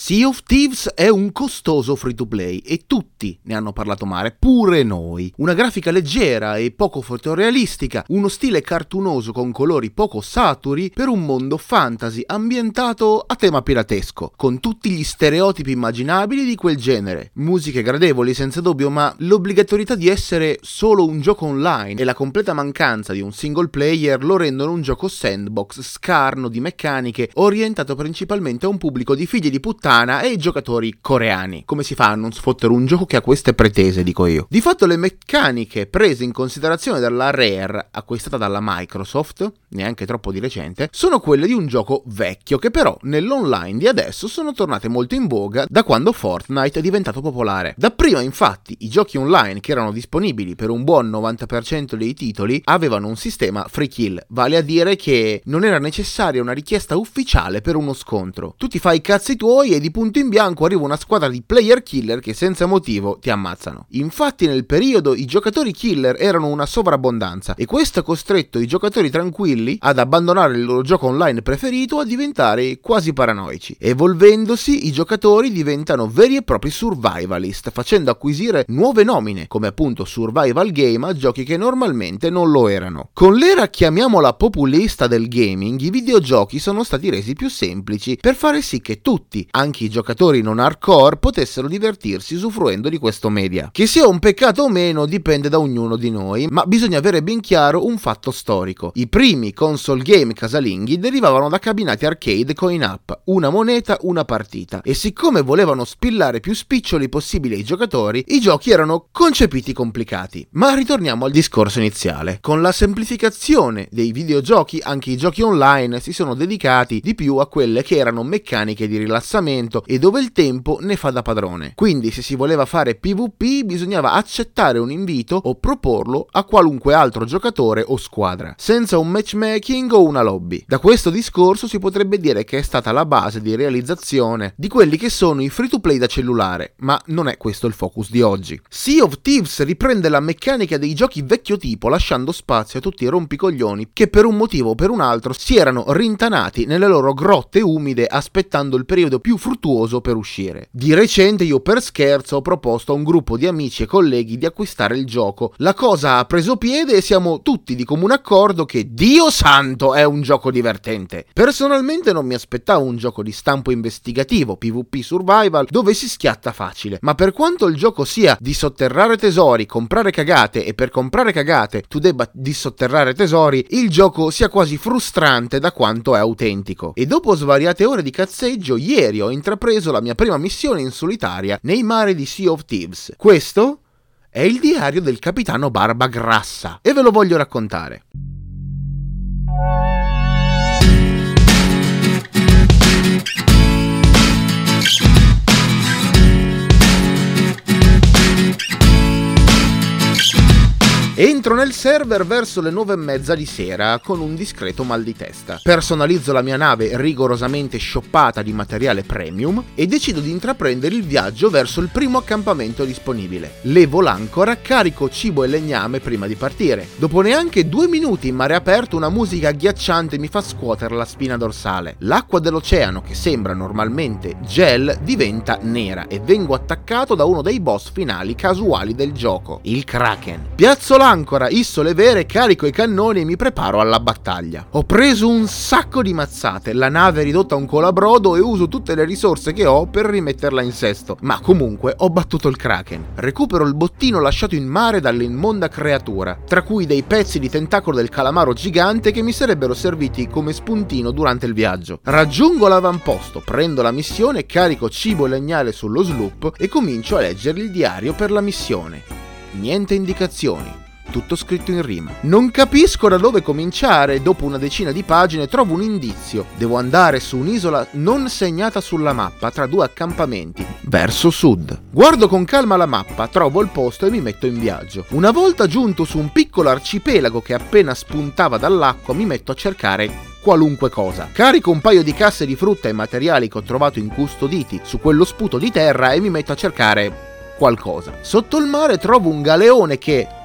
Sea of Thieves è un costoso free-to-play e tutti ne hanno parlato male, pure noi. Una grafica leggera e poco fotorealistica, uno stile cartunoso con colori poco saturi per un mondo fantasy ambientato a tema piratesco, con tutti gli stereotipi immaginabili di quel genere. Musiche gradevoli senza dubbio, ma l'obbligatorietà di essere solo un gioco online e la completa mancanza di un single player lo rendono un gioco sandbox scarno di meccaniche orientato principalmente a un pubblico di figli di puttana e i giocatori coreani. Come si fa a non sfottere un gioco che ha queste pretese, dico io? Di fatto le meccaniche prese in considerazione dalla Rare, acquistata dalla Microsoft, neanche troppo di recente, sono quelle di un gioco vecchio che però nell'online di adesso sono tornate molto in voga da quando Fortnite è diventato popolare. Dapprima infatti i giochi online che erano disponibili per un buon 90% dei titoli avevano un sistema free kill, vale a dire che non era necessaria una richiesta ufficiale per uno scontro. Tu ti fai i cazzi tuoi e di punto in bianco arriva una squadra di player killer che senza motivo ti ammazzano. Infatti nel periodo i giocatori killer erano una sovrabbondanza e questo ha costretto i giocatori tranquilli ad abbandonare il loro gioco online preferito a diventare quasi paranoici. Evolvendosi i giocatori diventano veri e propri survivalist, facendo acquisire nuove nomine come appunto survival game a giochi che normalmente non lo erano. Con l'era chiamiamola populista del gaming i videogiochi sono stati resi più semplici per fare sì che tutti, anche i giocatori non hardcore, potessero divertirsi usufruendo di questo media. Che sia un peccato o meno dipende da ognuno di noi, ma bisogna avere ben chiaro un fatto storico. I primi console game casalinghi derivavano da cabinati arcade coin-up, una moneta, una partita, e siccome volevano spillare più spiccioli possibili ai giocatori, i giochi erano concepiti complicati. Ma ritorniamo al discorso iniziale. Con la semplificazione dei videogiochi, anche i giochi online si sono dedicati di più a quelle che erano meccaniche di rilassamento e dove il tempo ne fa da padrone. Quindi se si voleva fare PvP bisognava accettare un invito o proporlo a qualunque altro giocatore o squadra, senza un matchmaking o una lobby. Da questo discorso si potrebbe dire che è stata la base di realizzazione di quelli che sono i free to play da cellulare, ma non è questo il focus di oggi. Sea of Thieves riprende la meccanica dei giochi vecchio tipo lasciando spazio a tutti i rompicoglioni che per un motivo o per un altro si erano rintanati nelle loro grotte umide aspettando il periodo più fruttuoso per uscire. Di recente io per scherzo ho proposto a un gruppo di amici e colleghi di acquistare il gioco. La cosa ha preso piede e siamo tutti di comune accordo che Dio santo è un gioco divertente. Personalmente non mi aspettavo un gioco di stampo investigativo, PvP survival, dove si schiatta facile, ma per quanto il gioco sia di sotterrare tesori, comprare cagate e per comprare cagate tu debba dissotterrare tesori, il gioco sia quasi frustrante da quanto è autentico. E dopo svariate ore di cazzeggio, ieri ho intrapreso la mia prima missione in solitaria nei mari di Sea of Thieves. Questo è il diario del capitano Barbagrassa e ve lo voglio raccontare. Entro nel server verso le 9:30 di sera con un discreto mal di testa. Personalizzo la mia nave rigorosamente shoppata di materiale premium e decido di intraprendere il viaggio verso il primo accampamento disponibile. Levo l'ancora, carico cibo e legname prima di partire. Dopo neanche 2 minuti in mare aperto una musica agghiacciante mi fa scuotere la spina dorsale. L'acqua dell'oceano, che sembra normalmente gel, diventa nera e vengo attaccato da uno dei boss finali casuali del gioco, il Kraken. Piazzo l'ancora, isso le vere, carico i cannoni e mi preparo alla battaglia. Ho preso un sacco di mazzate, la nave è ridotta a un colabrodo e uso tutte le risorse che ho per rimetterla in sesto, ma comunque ho battuto il Kraken. Recupero il bottino lasciato in mare dall'immonda creatura, tra cui dei pezzi di tentacolo del calamaro gigante che mi sarebbero serviti come spuntino durante il viaggio. Raggiungo l'avamposto, prendo la missione, carico cibo e legnale sullo sloop e comincio a leggere il diario per la missione. Niente indicazioni. Tutto scritto in rima. Non capisco da dove cominciare. Dopo una decina di pagine trovo un indizio. Devo andare su un'isola non segnata sulla mappa tra 2 accampamenti, verso sud. Guardo con calma la mappa, trovo il posto e mi metto in viaggio. Una volta giunto su un piccolo arcipelago che appena spuntava dall'acqua, mi metto a cercare qualunque cosa. Carico un paio di casse di frutta e materiali che ho trovato incustoditi su quello sputo di terra e mi metto a cercare qualcosa. Sotto il mare trovo un galeone che,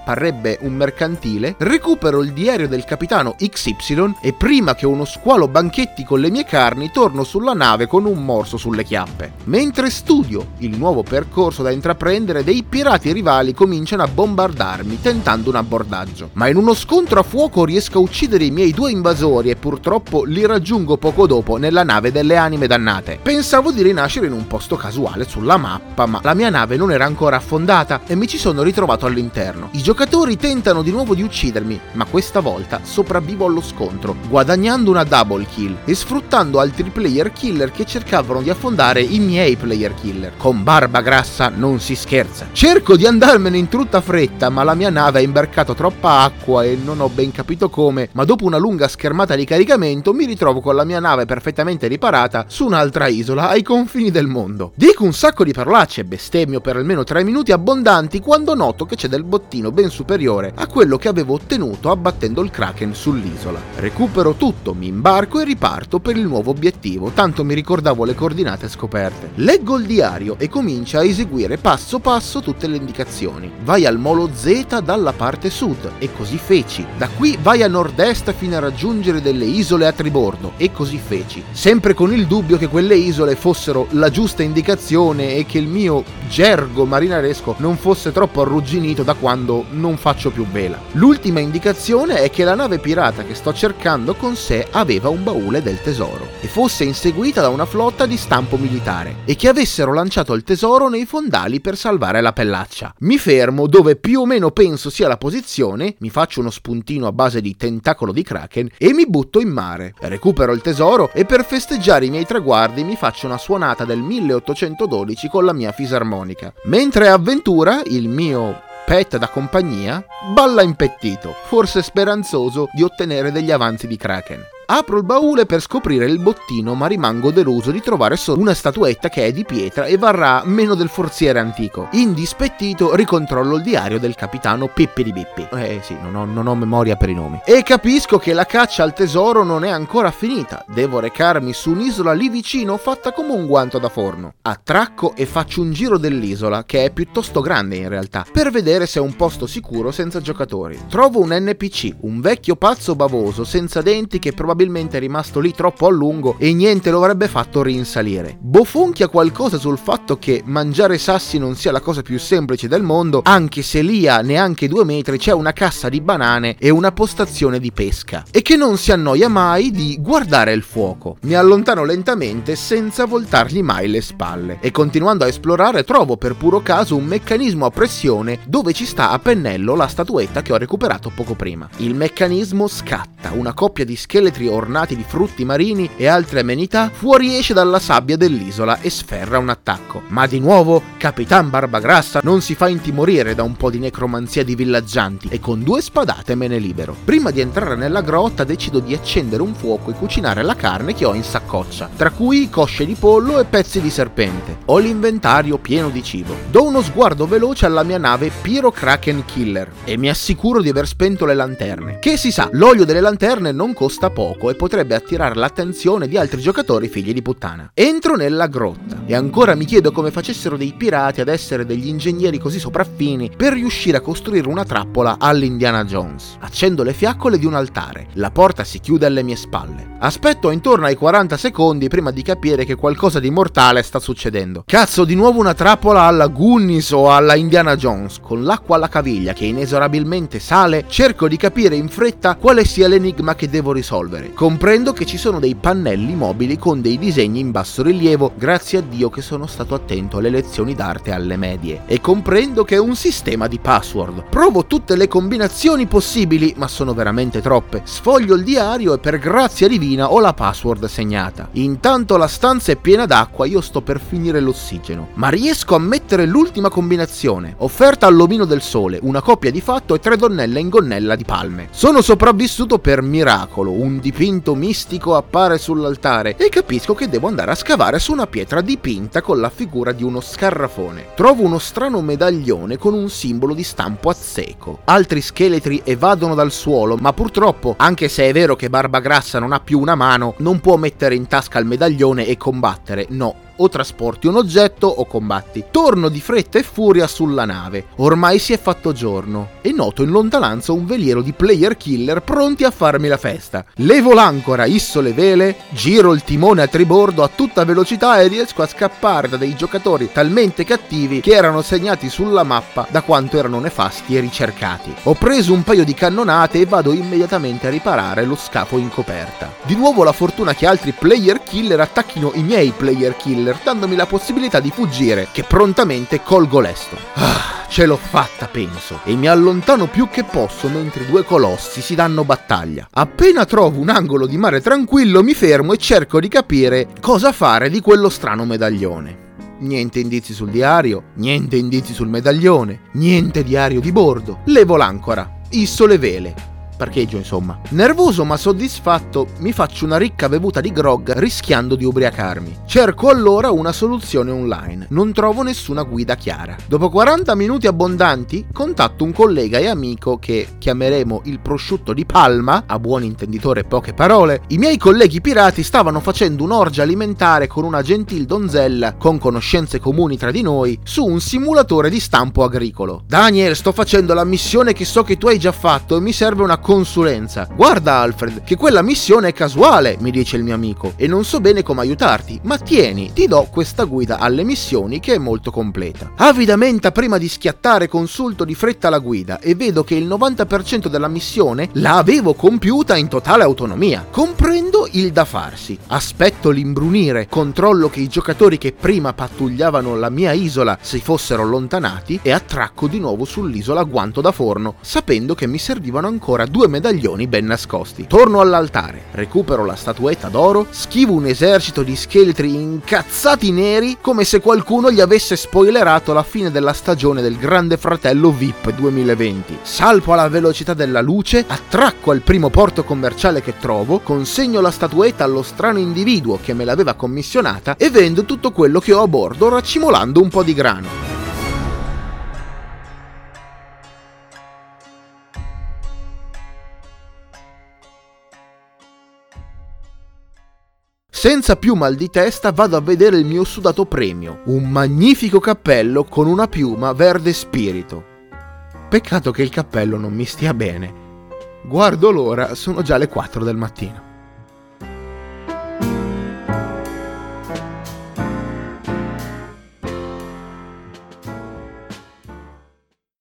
parrebbe un mercantile, recupero il diario del capitano XY e prima che uno squalo banchetti con le mie carni torno sulla nave con un morso sulle chiappe. Mentre studio il nuovo percorso da intraprendere, dei pirati rivali cominciano a bombardarmi tentando un abbordaggio, ma in uno scontro a fuoco riesco a uccidere i miei 2 invasori e purtroppo li raggiungo poco dopo nella nave delle anime dannate. Pensavo di rinascere in un posto casuale sulla mappa, ma la mia nave non era ancora affondata e mi ci sono ritrovato all'interno. I giocatori tentano di nuovo di uccidermi, ma questa volta sopravvivo allo scontro, guadagnando una double kill e sfruttando altri player killer che cercavano di affondare i miei player killer. Con Barbagrassa non si scherza. Cerco di andarmene in tutta fretta, ma la mia nave ha imbarcato troppa acqua e non ho ben capito come, ma dopo una lunga schermata di caricamento mi ritrovo con la mia nave perfettamente riparata su un'altra isola ai confini del mondo. Dico un sacco di parolacce e bestemmio per almeno 3 minuti abbondanti quando noto che c'è del bottino ben superiore a quello che avevo ottenuto abbattendo il Kraken sull'isola. Recupero tutto, mi imbarco e riparto per il nuovo obiettivo, tanto mi ricordavo le coordinate scoperte. Leggo il diario e comincia a eseguire passo passo tutte le indicazioni. Vai al molo Z dalla parte sud, e così feci. Da qui vai a nord-est fino a raggiungere delle isole a tribordo, e così feci. Sempre con il dubbio che quelle isole fossero la giusta indicazione e che il mio gergo marinaresco non fosse troppo arrugginito da quando non faccio più vela. L'ultima indicazione è che la nave pirata che sto cercando con sé aveva un baule del tesoro e fosse inseguita da una flotta di stampo militare e che avessero lanciato il tesoro nei fondali per salvare la pellaccia. Mi fermo dove più o meno penso sia la posizione, mi faccio uno spuntino a base di tentacolo di Kraken e mi butto in mare. Recupero il tesoro e per festeggiare i miei traguardi mi faccio una suonata del 1812 con la mia fisarmonica. Mentre avventura, il mio pet da compagnia balla impettito, forse speranzoso di ottenere degli avanzi di Kraken. Apro il baule per scoprire il bottino, ma rimango deluso di trovare solo una statuetta che è di pietra e varrà meno del forziere antico. Indispettito ricontrollo il diario del capitano Pippi di Bippi. Sì, non ho memoria per i nomi. E capisco che la caccia al tesoro non è ancora finita. Devo recarmi su un'isola lì vicino fatta come un guanto da forno. Attracco e faccio un giro dell'isola, che è piuttosto grande in realtà, per vedere se è un posto sicuro senza giocatori. Trovo un NPC, un vecchio pazzo bavoso senza denti che probabilmente è rimasto lì troppo a lungo e niente lo avrebbe fatto rinsalire. Bofonchia qualcosa sul fatto che mangiare sassi non sia la cosa più semplice del mondo, anche se lì a neanche 2 metri c'è una cassa di banane e una postazione di pesca, e che non si annoia mai di guardare il fuoco. Mi allontano lentamente senza voltargli mai le spalle e continuando a esplorare trovo per puro caso un meccanismo a pressione dove ci sta a pennello la statuetta che ho recuperato poco prima. Il meccanismo scatta, una coppia di scheletri ornati di frutti marini e altre amenità fuoriesce dalla sabbia dell'isola e sferra un attacco. Ma di nuovo Capitan Barbagrassa non si fa intimorire da un po' di necromanzia di villaggianti e con 2 spadate me ne libero. Prima di entrare nella grotta decido di accendere un fuoco e cucinare la carne che ho in saccoccia, tra cui cosce di pollo e pezzi di serpente. Ho l'inventario pieno di cibo. Do uno sguardo veloce alla mia nave Pyro Kraken Killer e mi assicuro di aver spento le lanterne. Che si sa, l'olio delle lanterne non costa poco e potrebbe attirare l'attenzione di altri giocatori figli di puttana. Entro nella grotta e ancora mi chiedo come facessero dei pirati ad essere degli ingegneri così sopraffini per riuscire a costruire una trappola all'Indiana Jones. Accendo le fiaccole di un altare, la porta si chiude alle mie spalle. Aspetto intorno ai 40 secondi prima di capire che qualcosa di mortale sta succedendo. Cazzo, di nuovo una trappola alla Goonies o alla Indiana Jones, con l'acqua alla caviglia che inesorabilmente sale. Cerco di capire in fretta quale sia l'enigma che devo risolvere. Comprendo che ci sono dei pannelli mobili con dei disegni in basso rilievo, grazie a Dio che sono stato attento alle lezioni d'arte alle medie, e comprendo che è un sistema di password. Provo tutte le combinazioni possibili, ma sono veramente troppe. Sfoglio il diario e per grazia divina ho la password segnata. Intanto la stanza è piena d'acqua, io sto per finire l'ossigeno, ma riesco a mettere l'ultima combinazione, offerta all'omino del sole, una coppia di fatto e 3 donnelle in gonnella di palme. Sono sopravvissuto per miracolo, un dipinto mistico appare sull'altare e capisco che devo andare a scavare su una pietra dipinta con la figura di uno scarrafone. Trovo uno strano medaglione con un simbolo di stampo azzeco. Altri scheletri evadono dal suolo, ma purtroppo, anche se è vero che Barbagrassa non ha più una mano, non può mettere in tasca il medaglione e combattere, no. o trasporti un oggetto o combatti. Torno di fretta e furia sulla nave. Ormai si è fatto giorno e noto in lontananza un veliero di player killer pronti a farmi la festa. Levo l'ancora, isso le vele, giro il timone a tribordo a tutta velocità e riesco a scappare da dei giocatori talmente cattivi che erano segnati sulla mappa da quanto erano nefasti e ricercati. Ho preso un paio di cannonate e vado immediatamente a riparare lo scafo in coperta. Di nuovo la fortuna che altri player killer attacchino i miei player killer, dandomi la possibilità di fuggire, che prontamente colgo lesto. Ce l'ho fatta, penso, e mi allontano più che posso mentre due colossi si danno battaglia. Appena trovo un angolo di mare tranquillo mi fermo e cerco di capire cosa fare di quello strano medaglione. Niente indizi sul diario, niente indizi sul medaglione, niente diario di bordo. Levo l'ancora, isso le vele. Parcheggio, insomma. Nervoso ma soddisfatto, mi faccio una ricca bevuta di grog rischiando di ubriacarmi. Cerco allora una soluzione online. Non trovo nessuna guida chiara. Dopo 40 minuti abbondanti, contatto un collega e amico che chiameremo il prosciutto di Palma, a buon intenditore poche parole. I miei colleghi pirati stavano facendo un'orgia alimentare con una gentil donzella, con conoscenze comuni tra di noi, su un simulatore di stampo agricolo. Daniel, sto facendo la missione che so che tu hai già fatto e mi serve una consulenza. Guarda Alfred, che quella missione è casuale, mi dice il mio amico, e non so bene come aiutarti, ma tieni, ti do questa guida alle missioni che è molto completa. Avidamente prima di schiattare consulto di fretta la guida e vedo che il 90% della missione la avevo compiuta in totale autonomia. Comprendo il da farsi. Aspetto l'imbrunire, controllo che i giocatori che prima pattugliavano la mia isola si fossero allontanati e attracco di nuovo sull'isola Guanto da Forno, sapendo che mi servivano ancora 2 medaglioni ben nascosti. Torno all'altare, recupero la statuetta d'oro, schivo un esercito di scheletri incazzati neri come se qualcuno gli avesse spoilerato la fine della stagione del Grande Fratello VIP 2020. Salpo alla velocità della luce, attracco al primo porto commerciale che trovo, consegno la statuetta allo strano individuo che me l'aveva commissionata e vendo tutto quello che ho a bordo raccimolando un po' di grano. Senza più mal di testa vado a vedere il mio sudato premio, un magnifico cappello con una piuma verde spirito. Peccato che il cappello non mi stia bene. Guardo l'ora, sono già le 4 del mattino.